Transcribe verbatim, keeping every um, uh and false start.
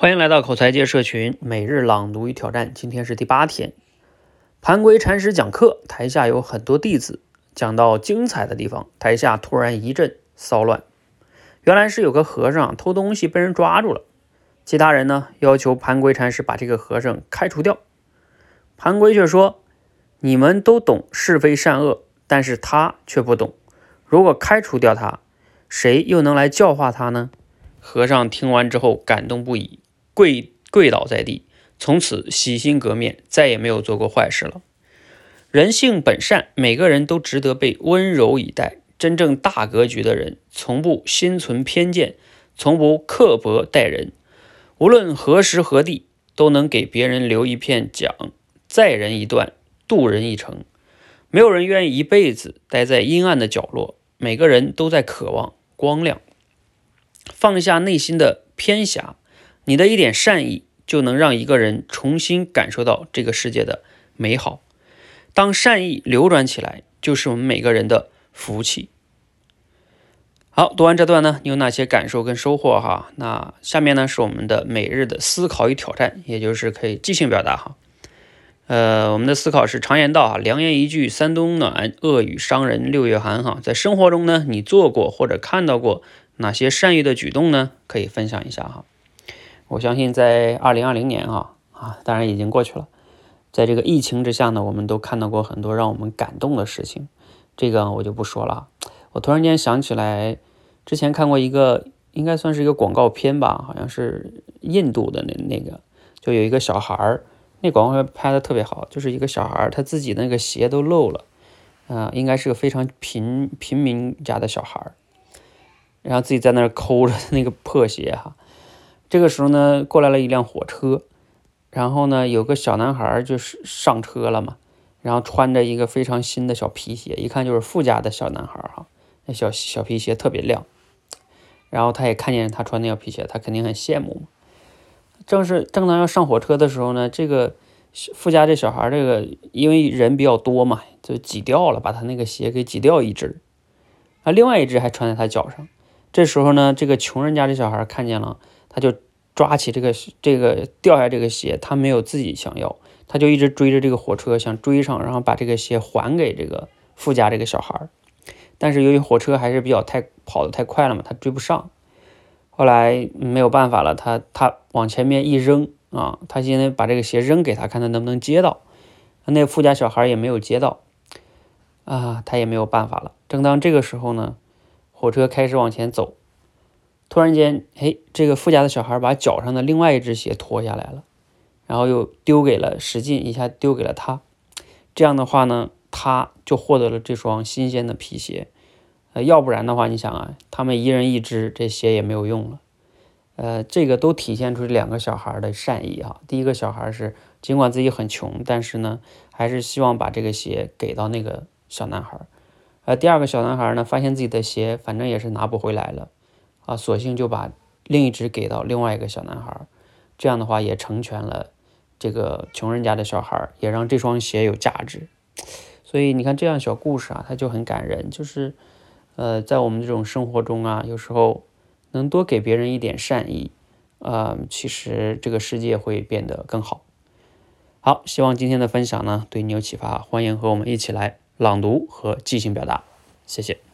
欢迎来到口才界社群每日朗读与挑战，今天是第八天。盘龟禅师讲课，台下有很多弟子，讲到精彩的地方，台下突然一阵骚乱。原来是有个和尚偷东西被人抓住了，其他人呢要求盘龟禅师把这个和尚开除掉。盘龟却说：你们都懂是非善恶，但是他却不懂，如果开除掉他，谁又能来教化他呢？和尚听完之后感动不已，跪跪倒在地，从此洗心革面，再也没有做过坏事了。人性本善，每个人都值得被温柔以待。真正大格局的人，从不心存偏见，从不刻薄待人，无论何时何地，都能给别人留一片讲，载人一段，渡人一程。没有人愿意一辈子待在阴暗的角落，每个人都在渴望光亮。放下内心的偏狭，你的一点善意就能让一个人重新感受到这个世界的美好。当善意流转起来，就是我们每个人的福气。好，读完这段呢，你有哪些感受跟收获哈？那下面呢是我们的每日的思考与挑战，也就是可以即兴表达哈。呃，我们的思考是常言道哈，良言一句三冬暖，恶语伤人六月寒哈。在生活中呢，你做过或者看到过哪些善意的举动呢？可以分享一下哈。我相信在二零二零年哈啊，当然已经过去了。在这个疫情之下呢，我们都看到过很多让我们感动的事情，这个我就不说了。我突然间想起来，之前看过一个，应该算是一个广告片吧，好像是印度的那那个，就有一个小孩儿，那广告片拍的特别好，就是一个小孩他自己那个鞋都漏了，啊、呃，应该是个非常贫贫民家的小孩，然后自己在那儿抠着那个破鞋哈。这个时候呢，过来了一辆火车，然后呢，有个小男孩就是上车了嘛，然后穿着一个非常新的小皮鞋，一看就是富家的小男孩哈，那小小皮鞋特别亮，然后他也看见他穿那条皮鞋，他肯定很羡慕嘛。正是正当要上火车的时候呢，这个富家这小孩这个因为人比较多嘛，就挤掉了，把他那个鞋给挤掉一只，啊，另外一只还穿在他脚上。这时候呢，这个穷人家这小孩看见了，他就抓起这个这个掉下这个鞋，他没有自己想要，他就一直追着这个火车想追上，然后把这个鞋还给这个富家这个小孩。但是由于火车还是比较太跑得太快了嘛，他追不上。后来没有办法了，他他往前面一扔啊，他现在把这个鞋扔给他，看他能不能接到。那个富家小孩也没有接到啊，他也没有办法了。正当这个时候呢，火车开始往前走，突然间，哎，这个富家的小孩把脚上的另外一只鞋脱下来了，然后又丢给了使劲一下丢给了他。这样的话呢，他就获得了这双新鲜的皮鞋。呃，要不然的话，你想啊，他们一人一只，这鞋也没有用了。呃，这个都体现出两个小孩的善意啊。第一个小孩是尽管自己很穷，但是呢，还是希望把这个鞋给到那个小男孩。呃，第二个小男孩呢，发现自己的鞋反正也是拿不回来了，啊，索性就把另一只给到另外一个小男孩。这样的话，也成全了这个穷人家的小孩，也让这双鞋有价值。所以你看，这样小故事啊，它就很感人，就是。呃，在我们这种生活中啊，有时候能多给别人一点善意，呃，其实这个世界会变得更好。好，希望今天的分享呢对你有启发，欢迎和我们一起来朗读和即兴表达，谢谢。